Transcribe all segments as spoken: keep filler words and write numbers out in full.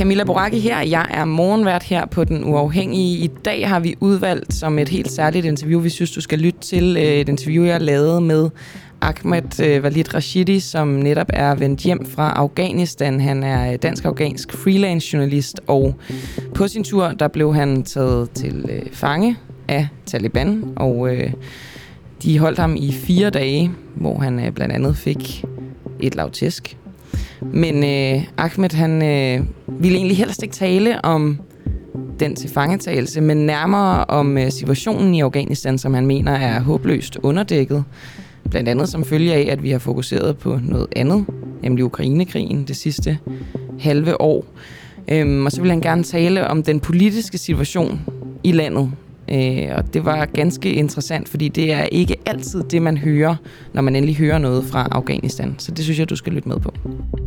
Camilla Boracchi her. Jeg er morgenvært her på Den Uafhængige. I dag har vi udvalgt som et helt særligt interview, vi synes, du skal lytte til. Et interview, jeg lavede med Ahmed Walid Rashidi, som netop er vendt hjem fra Afghanistan. Han er dansk-afghansk freelance-journalist, og på sin tur, der blev han taget til fange af Taliban, og øh, de holdt ham i fire dage, hvor han øh, blandt andet fik et lavtæsk. Men øh, Ahmed, han øh, ville egentlig helst ikke tale om den tilfangetagelse, men nærmere om øh, situationen i Afghanistan, som han mener er håbløst underdækket. Blandt andet som følge af, at vi har fokuseret på noget andet, nemlig Ukrainekrigen det sidste halve år. Øhm, og så vil han gerne tale om den politiske situation i landet. Øh, og det var ganske interessant, fordi det er ikke altid det, man hører, når man endelig hører noget fra Afghanistan. Så det synes jeg, du skal lytte med på.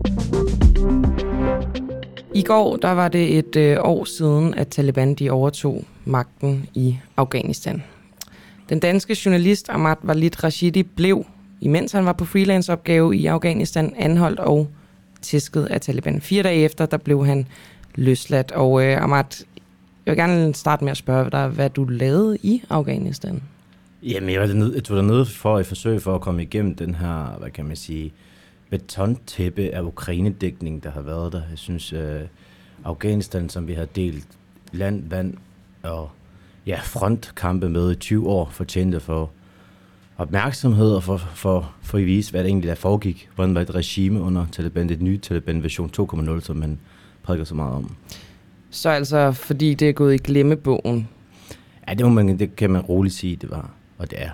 I går, der var det et øh, år siden, at Taliban de overtog magten i Afghanistan. Den danske journalist Ahmed Walid Rashidi blev, imens han var på freelance-opgave i Afghanistan, anholdt og tæsket af Taliban. Fire dage efter, der blev han løsladt. Og øh, Ahmed, jeg vil gerne starte med at spørge dig, hvad du lavede i Afghanistan. Jamen, jeg var dernede, jeg tog dernede for at forsøge for at komme igennem den her, hvad kan man sige, betontæppe af Ukraine-dækning, der har været der. Jeg synes, uh, Afghanistan, som vi har delt land, vand og ja, frontkampe med i tyve år, fortjente for opmærksomhed og for, for, for at vise, hvad det egentlig der foregik. Hvordan var et regime under Taliban, det nye Taliban version to punkt nul, som man prædiker så meget om. Så altså, fordi det er gået i glemmebogen? Ja, det, må man, det kan man roligt sige, det var, og det er.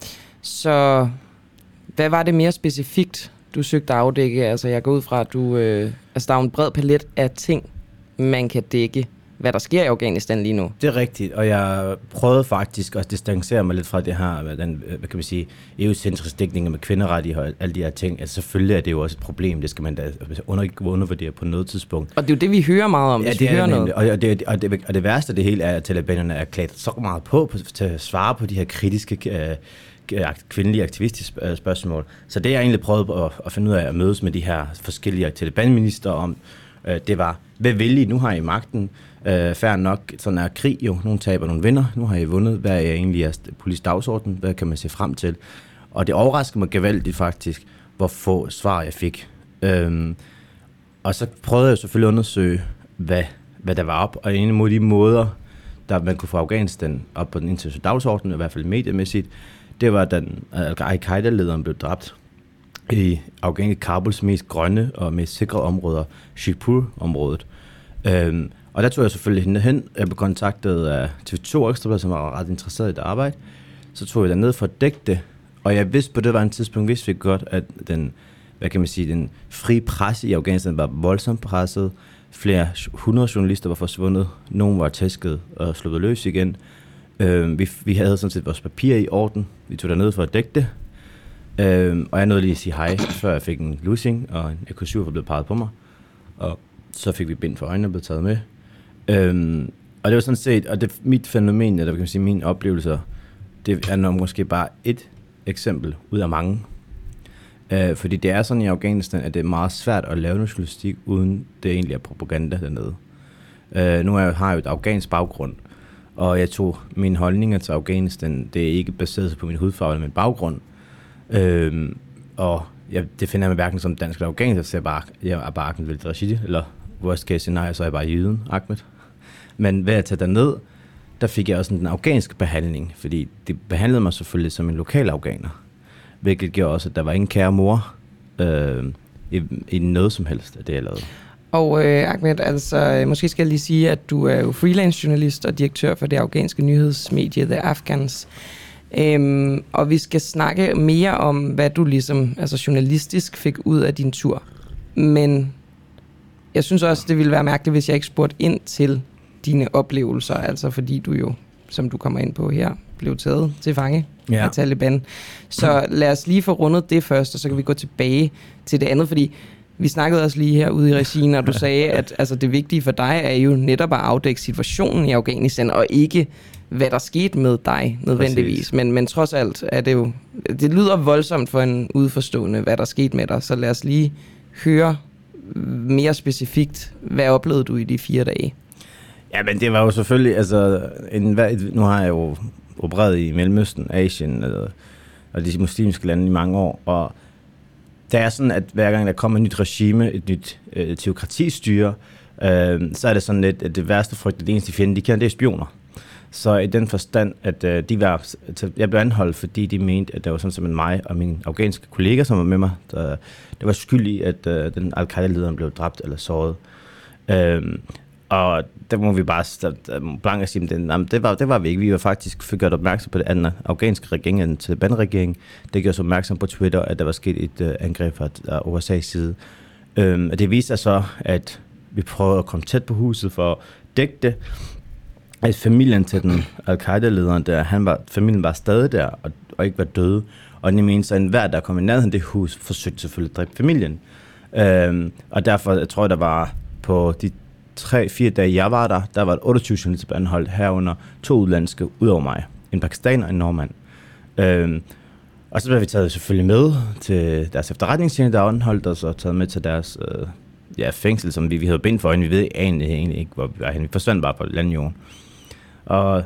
Så hvad var det mere specifikt, du søgte at afdække? Altså, jeg går ud fra, at du, øh, altså, der er en bred palet af ting, man kan dække, hvad der sker i Afghanistan lige nu. Det er rigtigt, og jeg prøvede faktisk at distancere mig lidt fra det her, den, hvad kan man sige, E U-centriske dækninger med kvinderettigheder og alle de her ting. Altså selvfølgelig er det jo også et problem, det skal man da under, undervurdere på noget tidspunkt. Og det er jo det, vi hører meget om, ja, hvis det vi hører noget. Og det, og, det, og det værste af det hele er, at talibanerne er klædt så meget på, på til at svare på de her kritiske øh, kvindelige aktivistiske spørgsmål. Så det jeg egentlig prøvede at, at finde ud af at mødes med de her forskellige Taliban-minister om, øh, det var, hvad vil I? Nu har I magten. Øh, fair nok, sådan er krig jo. Nogle taber, nogle vinder. Nu har I vundet. Hvad er egentlig jeres politisk dagsorden? Hvad kan man se frem til? Og det overrasker mig gevaldigt faktisk, hvor få svar jeg fik. Øhm, og så prøvede jeg selvfølgelig at undersøge, hvad, hvad der var op. Og en af de måder, der man kunne få Afghanistan op på den internationale dagsorden, i hvert fald mediemæssigt, det var, da al-Qaida-lederen blev dræbt i Afghanistan, Kabuls mest grønne og mest sikre områder, Shibpur-området. Øhm, Og der tog jeg selvfølgelig hende hen. Jeg blev kontaktet af T V to Ekstrabladet, som var ret interesseret i det arbejde. Så tog jeg derned for at dække det. Og jeg vidste på det var en tidspunkt, vidste vi godt, at den, hvad kan man sige, den frie presse i Afghanistan var voldsomt presset. Flere hundrede journalister var forsvundet. Nogle var tæsket og sluppet løs igen. Øh, vi, vi havde sådan set vores papir i orden. Vi tog derned for at dække det. Øh, og jeg nåede lige at sige hej, før jeg fik en lussing, og en A K syv var blevet peget på mig. Og så fik vi bind for øjnene og blev taget med. Øhm, og det var sådan set, og det mit fænomen, eller kan man sige, mine oplevelser, det er nok måske bare et eksempel ud af mange. Øh, fordi det er sådan i Afghanistan, at det er meget svært at lave noget journalistik, uden det egentlig er propaganda dernede. Øh, nu er jeg, har jeg jo et afghansk baggrund, og jeg tog mine holdninger til Afghanistan, det er ikke baseret på min hudfarve eller min baggrund. Øh, og jeg, det finder jeg med hverken som dansk eller afghansk, så jeg, bare, jeg er bare Ahmed Walid Rashidi, eller worst case scenario, så er jeg bare jyden, Ahmed. Men ved at tage derned, der fik jeg også en afghansk behandling, fordi det behandlede mig selvfølgelig som en lokal afghaner, hvilket gjorde også, at der var ingen kære mor øh, i, i noget som helst af det, jeg lavede. Og øh, Ahmed, altså, måske skal jeg lige sige, at du er jo freelance-journalist og direktør for det afghanske nyhedsmedie The Afghans. Øhm, og vi skal snakke mere om, hvad du ligesom, altså journalistisk fik ud af din tur. Men jeg synes også, det ville være mærkeligt, hvis jeg ikke spurgte ind til dine oplevelser, altså fordi du jo, som du kommer ind på her, blev taget til fange ja. af Taliban. Så lad os lige få rundet det først, og så kan vi gå tilbage til det andet, fordi vi snakkede også lige herude i regien, og du sagde, at altså, det vigtige for dig er jo netop at afdække situationen i Afghanistan, og ikke hvad der skete med dig nødvendigvis. Men, men trods alt er det jo, det lyder voldsomt for en udforstående, hvad der skete med dig, så lad os lige høre, mere specifikt, hvad oplevede du i de fire dage? Ja, men det var jo selvfølgelig, altså, en, nu har jeg jo opereret i Mellemøsten, Asien og, og de muslimske lande i mange år, og det er sådan, at hver gang der kommer et nyt regime, et nyt øh, teokratistyre, øh, så er det sådan lidt, at det værste frygt, det eneste fjende, de kender, det er spioner. Så i den forstand, at øh, de var, jeg blev anholdt, fordi de mente, at det var sådan som mig og mine afghanske kolleger, som var med mig, der, der var skyld i, at øh, den al-Qaida-lederen blev dræbt eller såret. Øh, og der må vi bare blankt sige, det, det, var, det var vi ikke. Vi var faktisk fik gjort opmærksom på det andet afghanske regering, en Taliban-regering. Det gjorde os opmærksom på Twitter, at der var sket et uh, angreb fra U S A's side. Um, og det viste sig så, at vi prøvede at komme tæt på huset for at dække det. At familien til den al-Qaida-lederen, der, han var, familien var stadig der og, og ikke var døde. Og det mente så, at enhver, der kom i nærheden af det hus, forsøgte selvfølgelig at dræbe familien. Um, og derfor jeg tror jeg, der var på de tre, fire dage, jeg var der, der var otteogtyve journalister blevet anholdt, herunder to udlandske ud over mig. En pakistaner og en nordmand. Øhm, og så blev vi taget selvfølgelig med til deres efterretningstjeneste, der anholdt os, og taget med til deres øh, ja, fængsel, som vi, vi havde bind for, og vi ved egentlig, egentlig ikke, hvor vi var henne. Vi forsvandt bare på landjorden. Og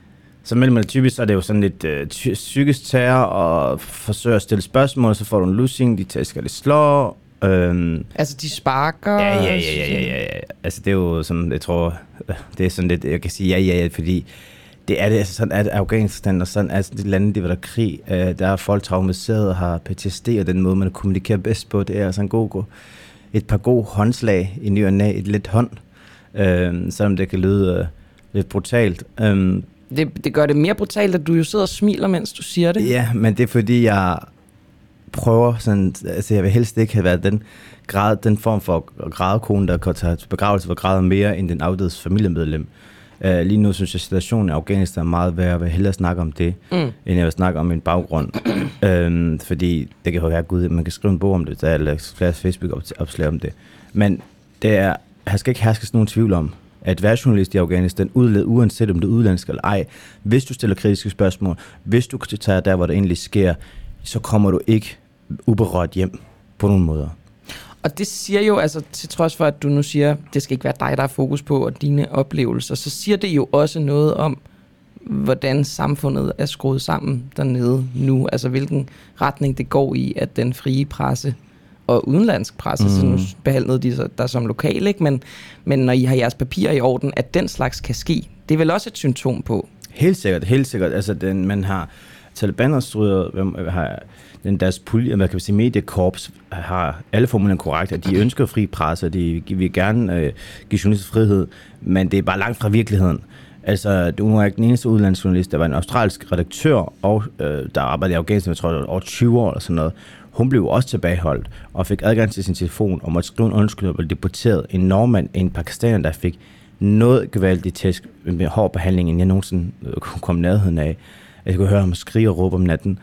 så mellem det typisk, så er det jo sådan lidt øh, ty- psykisk terror, og forsøger at stille spørgsmål, så får du en lussing, de tæsker, de slår. Øhm, altså de sparker? Ja, ja, ja, ja, ja, ja. Altså det er jo sådan, jeg tror, det er sådan lidt, jeg kan sige ja, ja, ja, fordi det er det, altså sådan at Afghanistan og sådan, altså de lande, det var der krig, øh, der er folk traumatiseret og har P T S D, og den måde, man kommunikerer bedst på, det er altså en god, god et par gode håndslag i ny og næ, et lidt hånd, øh, selvom det kan lyde øh, lidt brutalt. Øh, det, det gør det mere brutalt, at du jo sidder og smiler, mens du siger det. Ja, men det er fordi, jeg prøver sådan, altså jeg vil helst ikke have været den grad, den form for grædekone, der kan tage begravelse for græder mere end den afdødes familiemedlem. Uh, lige nu synes jeg, situationen i Afghanistan er meget værre, og jeg vil hellere snakke om det, mm. end jeg vil snakke om min baggrund. uh, fordi det kan jo være gud, man kan skrive en bog om det, der er flere Facebook-opslag om det. Men det er, her skal ikke herske nogen tvivl om, at være journalist i Afghanistan, udled, uanset om det er udlandsk eller ej, hvis du stiller kritiske spørgsmål, hvis du kan tage der, hvor det egentlig sker, så kommer du ikke uberørt hjem på nogen måder. Og det siger jo, altså til trods for, at du nu siger, det skal ikke være dig, der er fokus på, og dine oplevelser, så siger det jo også noget om, hvordan samfundet er skruet sammen dernede nu. Altså hvilken retning det går i, at den frie presse og udenlandsk presse, mm. så nu behandlede de der som lokal, ikke? Men, men når I har jeres papirer i orden, at den slags kan ske, det er vel også et symptom på? Helt sikkert, helt sikkert. Altså den, man har Taliban-styret, har den deres pulje, hvad kan man sige, mediekorps, har alle formulerne korrekt, at de ønsker fri presse, de vil gerne øh, give journalister frihed, men det er bare langt fra virkeligheden. Altså, du er ikke den eneste udlandsjournalist, der var en australsk redaktør, og øh, der arbejdede i Afghanistan, jeg tror, det var over tyve år eller sådan noget. Hun blev også tilbageholdt, og fik adgang til sin telefon, og måtte skrive en undskyld, og blev deporteret. En nordmand, en pakistaner, der fik noget gevaldigt tæsk med hård behandling, end jeg nogensinde kunne komme nærheden af. Jeg kunne høre ham skrige og råbe om natten.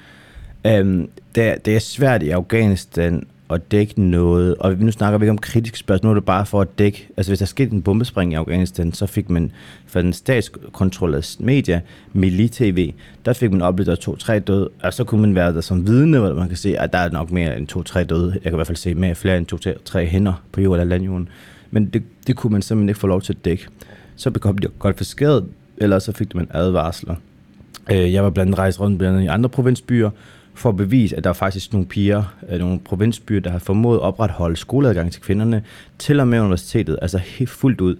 Um, det, er, det er svært i Afghanistan at dække noget, og nu snakker vi ikke om kritiske spørgsmål, nu er det bare for at dække, altså hvis der skete en bombesprængning i Afghanistan, så fik man fra den statskontrollerede media, Mili T V, der fik man oplevet, at der to-tre døde, og så kunne man være der som vidne, hvor man kan se, at der er nok mere end to-tre døde. Jeg kan i hvert fald se mere flere end to-tre hænder på jorden eller landjorden. Men det, det kunne man simpelthen ikke få lov til at dække. Så blev de godt forskæret, eller så fik man advarsler. Jeg var blandt andet rejst rundt blandt andet i andre provinsbyer, for at bevise, at der er faktisk nogle piger, nogle provinsbyer, der har formået at opretholde skoleadgang til kvinderne, til og med universitetet, altså helt fuldt ud.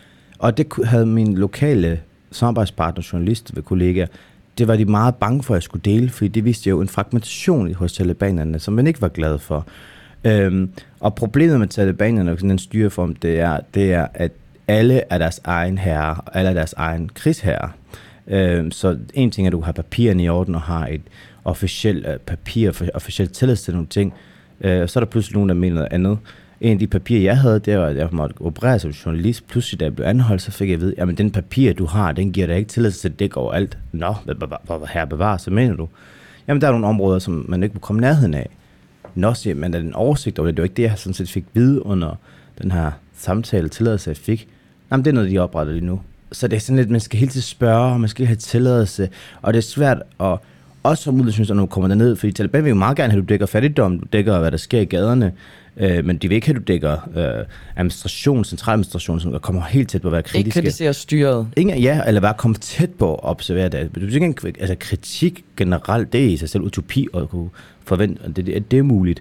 Og det havde min lokale samarbejdspartner, journalist ved kollegaer, det var de meget bange for, at jeg skulle dele, fordi det viste jo en fragmentation hos talibanerne, som man ikke var glad for. Øhm, og problemet med talibanerne og sådan en styreform, det er, det er, at alle er deres egen herre, og alle er deres egen krigsherre. Øhm, så en ting er, at du har papirerne i orden og har et officielt uh, papir, officielt tilladelse til nogle ting, øh, så er der pludselig nogen, der mener noget andet. En af de papirer, jeg havde, det var, at jeg måtte operere som journalist. Pludselig, da jeg blev anholdt, så fik jeg at vide, jamen den papir, du har, den giver dig ikke tilladelse til at dække over alt. Nå, hvad her bevarer, så mener du? Jamen, der er nogle områder, som man ikke må komme nærheden af. Nå, siger man, der er en oversigt over det. Det var ikke det, jeg sådan set fik vide under den her samtale, tilladelse, jeg fik. Jamen, det er noget, de opretter lige nu. Så det er sådan lidt, man skal hele tiden spørge, og man skal have tilladelse, og det er svært at også som udenrigsminister, når du kommer derned, fordi Taliban vil jo meget gerne have, at du dækker fattigdom, du dækker, hvad der sker i gaderne, øh, men de vil ikke have, at du dækker øh, administration, centraladministration, som kommer helt tæt på at være kritiske. Ikke kritisere styret. Ingen, ja, eller bare komme tæt på at observere det. Du ikke, altså kritik generelt, det er i sig selv utopi at kunne forvente, at det, det, det er muligt.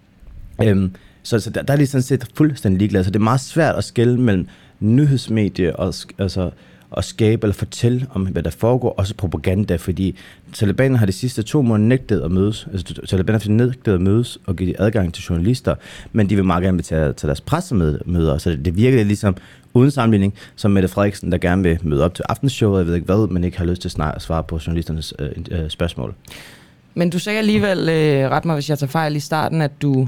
Øhm, så så der, der er lige sådan set fuldstændig ligeglad, så det er meget svært at skelne mellem nyhedsmedier og altså at skabe eller fortælle om, hvad der foregår, også propaganda, fordi Taliban har de sidste to måneder nægtet at mødes, altså Taliban har nægtet at mødes og give adgang til journalister, men de vil meget gerne til, til deres pressemøder, så det virker ligesom uden sammenligning, som Mette Frederiksen, der gerne vil møde op til aftenshowet, jeg ved ikke hvad, men ikke har lyst til at svare på journalisternes øh, øh, spørgsmål. Men du sagde alligevel, øh, ret mig hvis jeg tager fejl i starten, at du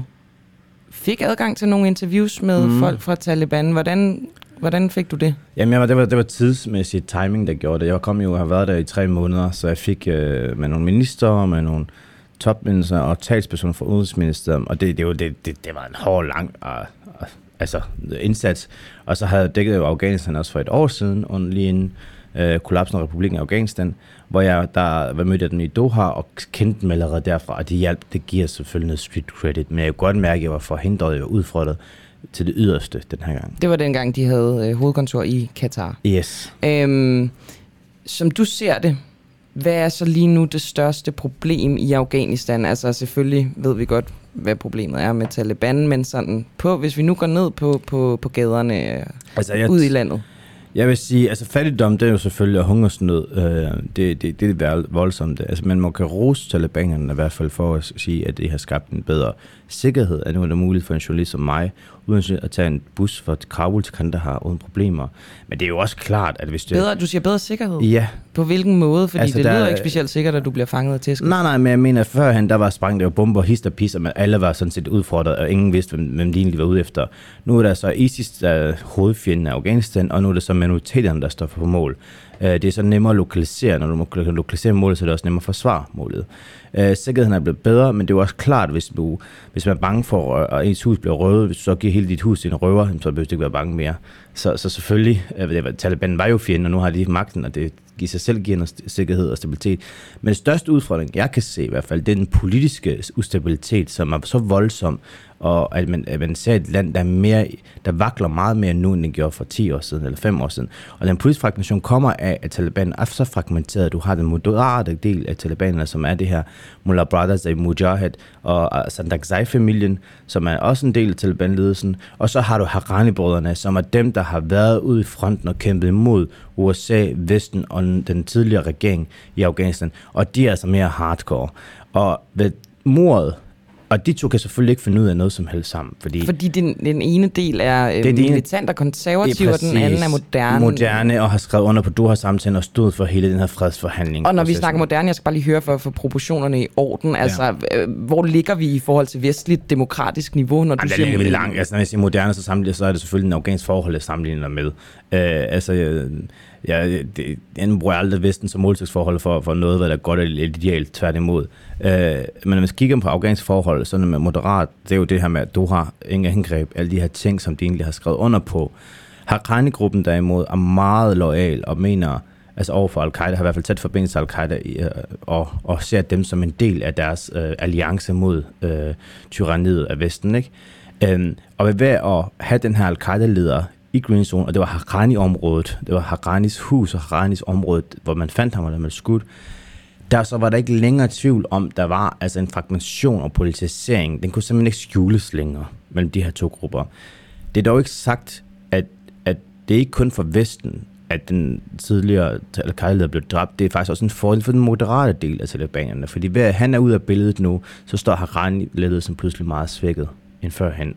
fik adgang til nogle interviews med mm. folk fra Taliban. Hvordan Hvordan fik du det? Jamen, jeg var, det, var, det var tidsmæssigt timing, der gjorde det. Jeg kom jo og har været der i tre måneder, så jeg fik øh, med nogle minister, med nogle topminister og talspersoner fra Udenrigsministeriet, og det, det, var, det, det, det var en hård, lang og, og, altså, indsats. Og så havde jeg dækket jo Afghanistan også for et år siden, under lige inden øh, kollapsen af Republikken Afghanistan, hvor jeg der var mødt dem i Doha og kendte dem allerede derfra, og de hjalp, det giver selvfølgelig noget street credit, men jeg kunne godt mærke, at jeg var forhindret, jeg var udfordret til det yderste den her gang. Det var dengang, de havde øh, hovedkontor i Katar. Yes. Øhm, som du ser det, hvad er så lige nu det største problem i Afghanistan? Altså selvfølgelig ved vi godt, hvad problemet er med Taliban, men sådan på, hvis vi nu går ned på, på, på gaderne øh, altså, jeg, ud i landet. Jeg vil sige, altså fattigdom, det er jo selvfølgelig og hungersnød. Øh, det, det, det er voldsomt. Altså, man må kan rose talibanerne i hvert fald for at sige, at det har skabt en bedre sikkerhed, at nu er det muligt for en journalist som mig, uden at tage en bus fra Kabul til Kandahar uden problemer. Men det er jo også klart, at hvis det... Bedre, du siger bedre sikkerhed? Ja. På hvilken måde? Fordi altså, det lyder der, ikke specielt sikkert, at du bliver fanget af tæsken. Nej, nej, men jeg mener, førhen der var sprang der jo bomber, hist og pis, og alle var sådan set udfordret, og ingen vidste, hvem, hvem de egentlig var ude efter. Nu er der så ISIS, der er hovedfjenden af Afghanistan, og nu er det så minoriteterne, der står for mål. Det er så nemmere at lokalisere. Når du må lokalisere målet, så er det også nemmere at forsvare målet. Uh, sikkerheden er blevet bedre, men det er jo også klart, hvis, du, hvis man er bange for, at ens hus bliver røvet, hvis du så giver hele dit hus til en røver, så behøver du ikke være bange mere. Så, så selvfølgelig, uh, Taliban var jo fjenden, og nu har de magten, og det i sig selv giver noget sikkerhed og stabilitet. Men den største udfordring, jeg kan se i hvert fald, det er den politiske ustabilitet, som er så voldsom, og at man, at man ser et land, der, er mere, der vakler meget mere nu, end det gjorde for ti år siden eller fem år siden. Og den politiske fragmentation kommer af, at Taliban er så fragmenteret, at du har den moderate del af talibanerne, som er det her Mullah Brothers af Mujahid og Sandakzai-familien, som er også en del af Taliban-ledelsen. Og så har du Haqqani-brødrene, som er dem, der har været ude i fronten og kæmpet imod U S A, Vesten og den tidligere regering i Afghanistan. Og de er altså mere hardcore. Og ved mordet, og de to kan selvfølgelig ikke finde ud af noget som helst sammen. Fordi, fordi den, den ene del er øh, militant og konservativ, og den anden er moderne. Moderne og har skrevet under på Doha-samtalen og stod for hele den her fredsforhandling. Og når vi snakker moderne, jeg skal bare lige høre for, for proportionerne i orden. Altså, ja. øh, hvor ligger vi i forhold til vestligt demokratisk niveau? Når du Jamen, siger, der ligger vi langt. Altså, når jeg siger moderne, så, sammenligner, så er det selvfølgelig en afghansk forhold, jeg sammenligner med. Øh, altså... Øh, Ja, det, jeg bruger aldrig Vesten som måltidsforhold for, for noget, hvad der er godt eller idealt, tværtimod. Øh, men når man kigger på afghanske forhold, så er det moderat, det er jo det her med, at Doha, ingen angreb, alle de her ting, som de egentlig har skrevet under på. Haqqani-gruppen derimod er meget loyal og mener, altså overfor Al-Qaida, har i hvert fald tæt forbindelse til Al-Qaida øh, og, og ser dem som en del af deres øh, alliance mod øh, tyranniet af Vesten, ikke? Øh, og ved at have den her Al-Qaida-leder i Green Zone, og det var Haqqani-området, det var Haqqanis hus og Haqqanis område, hvor man fandt ham, og der man skudt. Der så var der ikke længere tvivl om, der var altså en fragmentation og politisering. Den kunne simpelthen ikke skjules længere mellem de her to grupper. Det er dog ikke sagt, at, at det er ikke kun for Vesten, at den tidligere Al-Qaida blev dræbt. Det er faktisk også en fordel for den moderate del af talibanerne, fordi ved at han er ude af billedet nu, så står Haqqani-ledelsen pludselig meget svækket end førhen.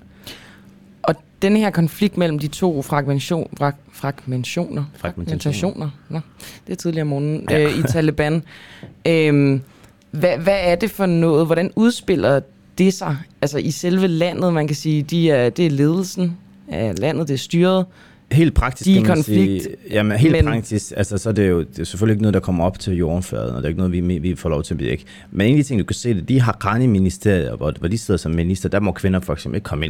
Og denne her konflikt mellem de to fragmentation, frag, fragmentationer, fragmentationer, Nå, det er tidligere om morgenen, ja. øh, i Taliban. Øhm, hvad, hvad er det for noget? Hvordan udspiller det sig? Altså i selve landet, man kan sige, de er, det er ledelsen af landet, det er styret. Helt praktisk, de kan man konflikt, sige. Jamen, helt men... praktisk, altså så er det jo det er selvfølgelig ikke noget, der kommer op til jordfladen, og det er ikke noget, vi, vi får lov til at blive ikke. Men en af de ting, du kan se, det de har Haqqani-ministerier, hvor, hvor de sidder som minister, der må kvinder for eksempel ikke komme ind.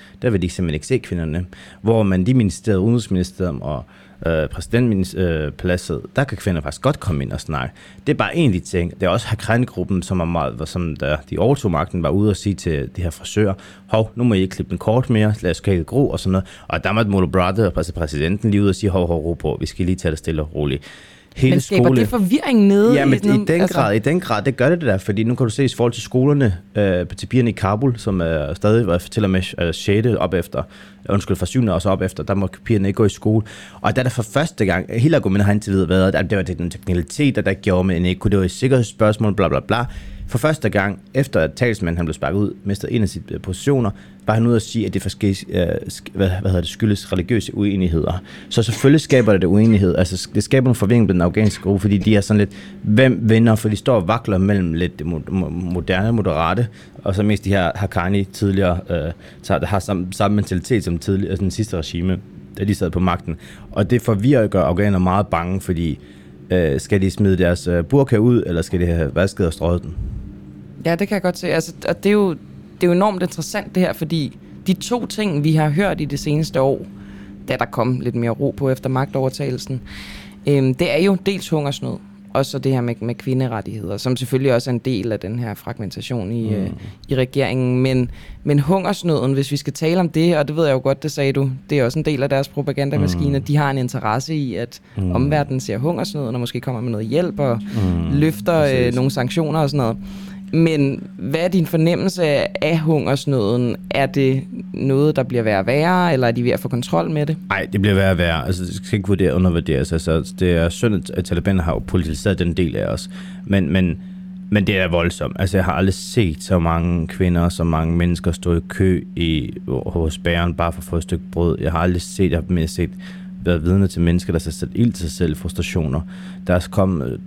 der vil de simpelthen ikke se kvinderne. Hvor man de ministeriet, udenrigsministeriet og øh, præsidentpaladset, øh, der kan kvinder faktisk godt komme ind og snakke. Det er bare en af de ting. Det er også Hakran-gruppen, som er meget, som der, de overtog magten, var ude og sige til de her frisører, hov, nu må I ikke klippe den kort mere, lad os kæde gro og sådan noget. Og der måtte Molo Brother, altså præsidenten, lige ud og sige, hov, hov, ro på, vi skal lige tage det stille og roligt. Hele men skaber skole... det forvirring nede? Ja, men i, den, i, den altså... grad, i den grad, det gør det det der, fordi nu kan du se i forhold til skolerne, øh, til pigerne i Kabul, som er stadig var til og med øh, sjette op efter, undskyld, fra syvende og så op efter, der må pigerne ikke gå i skole. Og der er der for første gang, hele argumentet har indtil videre været, at det var den teknikalitet, der gjorde, men ikke kunne, det var et sikkerhedsspørgsmål, bla bla bla. For første gang, efter at talsmanden han blev sparket ud, mistede en af sine positioner, var han ude at sige, at det faktisk, øh, hvad, hvad hedder det, skyldes religiøse uenigheder. Så selvfølgelig skaber det det uenighed. Altså, det skaber en forvirring på den afghanske gruppe, fordi de er sådan lidt, hvem vinder? For de står og vakler mellem lidt moderne, moderate, og så mest de her Haqqani tidligere, øh, der har samme, samme mentalitet som tidligere, altså den sidste regime, da de sad på magten. Og det forvirrer og gør afghanere meget bange, fordi øh, skal de smide deres øh, burka ud, eller skal de have vasket og strøget den? Ja, det kan jeg godt se. Altså, og det er jo det er jo enormt interessant det her, fordi de to ting, vi har hørt i det seneste år, da der kom lidt mere ro på efter magtovertagelsen, øhm, det er jo dels hungersnød, og så det her med, med kvinderettigheder, som selvfølgelig også er en del af den her fragmentation i, mm. øh, i regeringen. Men, men hungersnøden, hvis vi skal tale om det, og det ved jeg jo godt, det sagde du, det er også en del af deres propagandamaskine, mm. de har en interesse i, at mm. omverdenen ser hungersnøden, og måske kommer med noget hjælp, og mm. løfter øh, nogle sanktioner og sådan noget. Men hvad er din fornemmelse af hungersnøden? Er det noget, der bliver værre og værre, eller er de ved at få kontrol med det? Nej, det bliver værre og værre. Altså, det skal ikke vurdere undervurderes. Altså, det er synd, at Taliban har jo politiseret den del af os. Men, men, men det er voldsomt. Altså, jeg har aldrig set så mange kvinder, så mange mennesker stå i kø i, hos bageren bare for at få et stykke brød. Jeg har aldrig set, jeg har mere set været vidne til mennesker, der sætter ild til sig selv, frustrationer. Der er kommet,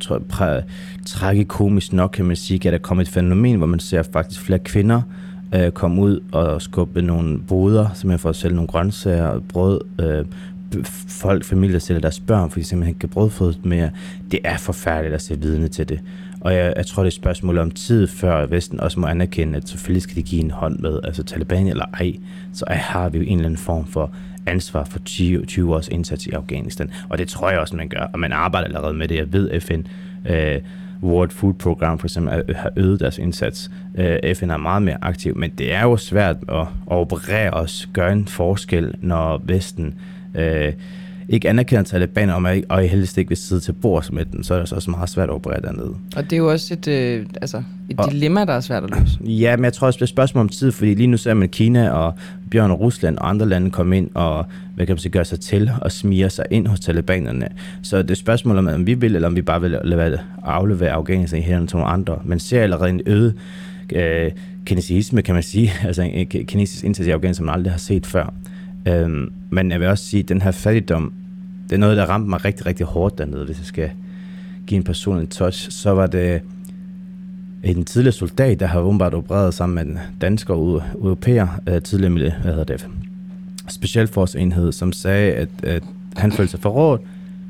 tragikomisk nok, kan man sige, at der kommet et fænomen, hvor man ser faktisk flere kvinder øh, komme ud og skubbe nogle boder, simpelthen for at sælge nogle grøntsager, brød, øh, folk, familier sælger deres børn, fordi de simpelthen ikke kan brødføde mere. Det er forfærdeligt at se vidne til det. Og jeg, jeg tror, det er et spørgsmål om tid, før Vesten også må anerkende, at selvfølgelig skal de give en hånd med, altså Taliban eller ej, så har vi jo en eller anden form for ansvar for tyve, tyve års indsats i Afghanistan. Og det tror jeg også, man gør, og man arbejder allerede med det. Jeg ved, F N, uh, World Food Program for eksempel, har øget deres indsats. Uh, F N er meget mere aktiv, men det er jo svært at, at operere os, gøre en forskel, når Vesten uh, ikke anerkender Taliban, og, man, og helst ikke vil sidde til bords med den, så er det også meget svært at operere dernede. Og det er jo også et, øh, altså et og, dilemma, der er svært at løse. Ja, men jeg tror også, det er et spørgsmål om tid, fordi lige nu ser man Kina og Bjørn og Rusland og andre lande komme ind og hvad kan man sige, gøre sig til og smire sig ind hos talibanerne. Så det er et spørgsmål om, om vi vil, eller om vi bare vil aflevere Afghanistan i hænderne til nogle andre. Man ser allerede en øget øh, kinesisme, kan man sige, altså en kinesisk indsats i Afghanistan, som man aldrig har set før. Øhm, men jeg vil også sige, at den her fattigdom, det er noget, der ramte mig rigtig, rigtig hårdt dernede, hvis jeg skal give en person en touch. Så var det en tidligere soldat, der har åbenbart opereret sammen med en dansker og europæer, tidligere, hvad hedder det, specialforsenhed, som sagde, at, at han følte sig forrådt,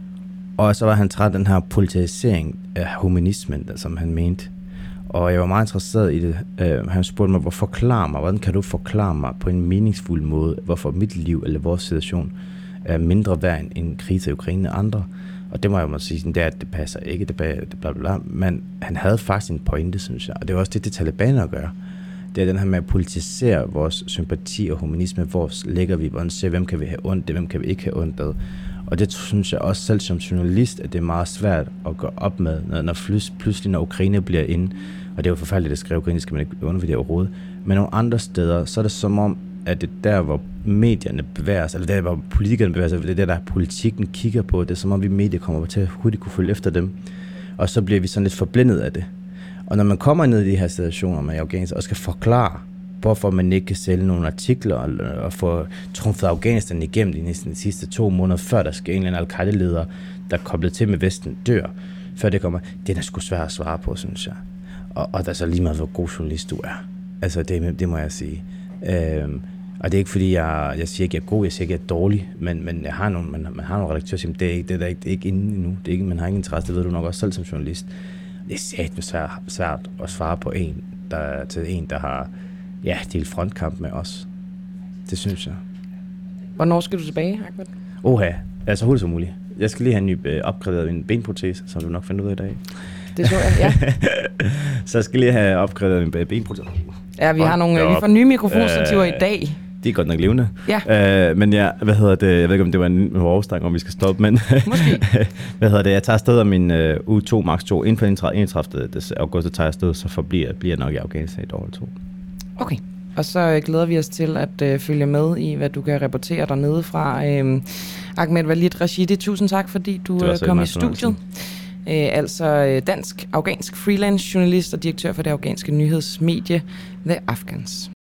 og så var han træt af den her politisering af humanismen, som han mente. Og jeg var meget interesseret i det. Uh, han spurgte mig, hvor forklare mig, hvordan kan du forklare mig på en meningsfuld måde, hvorfor mit liv eller vores situation er mindre værd end en krig til Ukraine og andre. Og det må jeg jo sige, det er, at det passer ikke, det bla, bla, bla. Men han havde faktisk en pointe, synes jeg. Og det er også det, det Taliban gør. Det er den her med at politisere vores sympati og humanisme, hvor lægger vi, hvordan ser, hvem kan vi have ondt, hvem kan vi ikke have ondt af. Og det synes jeg også selv som journalist, at det er meget svært at gå op med, når, når pludselig, når Ukraine bliver inde, og det er jo forfærdeligt at skrive ukrainsk, skal man ikke undervurdere overhovedet, men nogle andre steder, så er det som om, at det der, hvor medierne bevæger sig, eller der, hvor politikerne bevæger sig, det er der, der politikken kigger på, det er som om, vi medier kommer til at hurtigt kunne følge efter dem, og så bliver vi sådan lidt forblændet af det. Og når man kommer ned i de her situationer med Afghanistan, og skal forklare, hvorfor man ikke kan sælge nogle artikler, og, og få trumfet Afghanistan igennem de næsten de sidste to måneder, før der skal en eller anden al-Qaida-leder, der er koblet til med Vesten, dør, før det kommer, det er sgu svært at svare på, synes jeg. Og, og der er så lige meget, hvor god journalist du er. Altså, det, det må jeg sige. Øhm, og det er ikke fordi, jeg, jeg siger ikke, jeg er god, jeg siger ikke, jeg er dårlig, men, men jeg har nogle, man, man har nogle redaktører, som det er ikke, det er ikke, det er ikke inde endnu. Det er ikke, man har ingen interesse, det ved du nok også selv som journalist. Det er sat svært, svært at svare på en, der, til en, der har ja, delt frontkamp med os. Det synes jeg. Hvornår skal du tilbage, Ahmed? Oha, altså hurtigt som muligt. Jeg skal lige have en ny øh, opgraderet min benprotese, som du nok finder ud af i dag. Det så jeg, ja. Så jeg skal lige have opgraderet min benprotese. Ja, vi har nogle, vi får nye mikrofonstativer øh, i dag. De er godt nok levende. Ja. Øh, men ja, hvad hedder det? Jeg ved ikke, om det var en overstang, om vi skal stoppe, men måske. Hvad hedder det? Jeg tager afsted af min øh, uge to, max to, inden for enogtredivte august, så tager jeg afsted, så forbliver bliver jeg nok i Afghanistan et år eller to. Okay. Og så glæder vi os til at øh, følge med i, hvad du kan rapportere dernede fra. Øh, Ahmed Walid Rashidi, tusind tak, fordi du øh, kom i studiet. Øh, altså øh, dansk-afghansk freelance journalist og direktør for det afghanske nyhedsmedie The Afghans.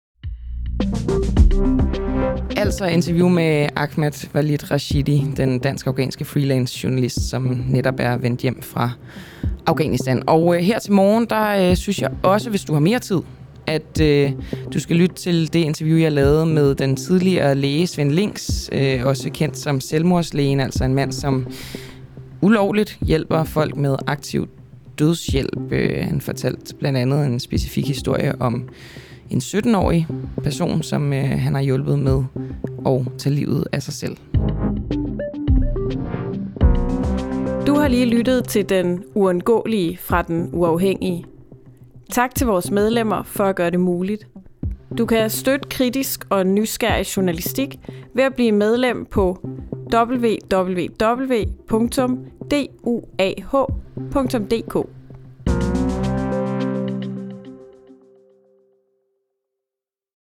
Altså interview med Ahmed Walid Rashidi, den dansk-afghanske freelance journalist, som netop er vendt hjem fra Afghanistan. Og øh, her til morgen, der øh, synes jeg også, hvis du har mere tid, at øh, du skal lytte til det interview, jeg lavede med den tidligere læge Svend Links, øh, også kendt som selvmordslægen, altså en mand, som ulovligt hjælper folk med aktiv dødshjælp. Øh, han fortalte blandt andet en specifik historie om en sytten-årig person, som øh, han har hjulpet med at tage livet af sig selv. Du har lige lyttet til Den Uundgåelige fra Den Uafhængige. Tak til vores medlemmer for at gøre det muligt. Du kan støtte kritisk og nysgerrig journalistik ved at blive medlem på w w w punktum d u a h punktum d k.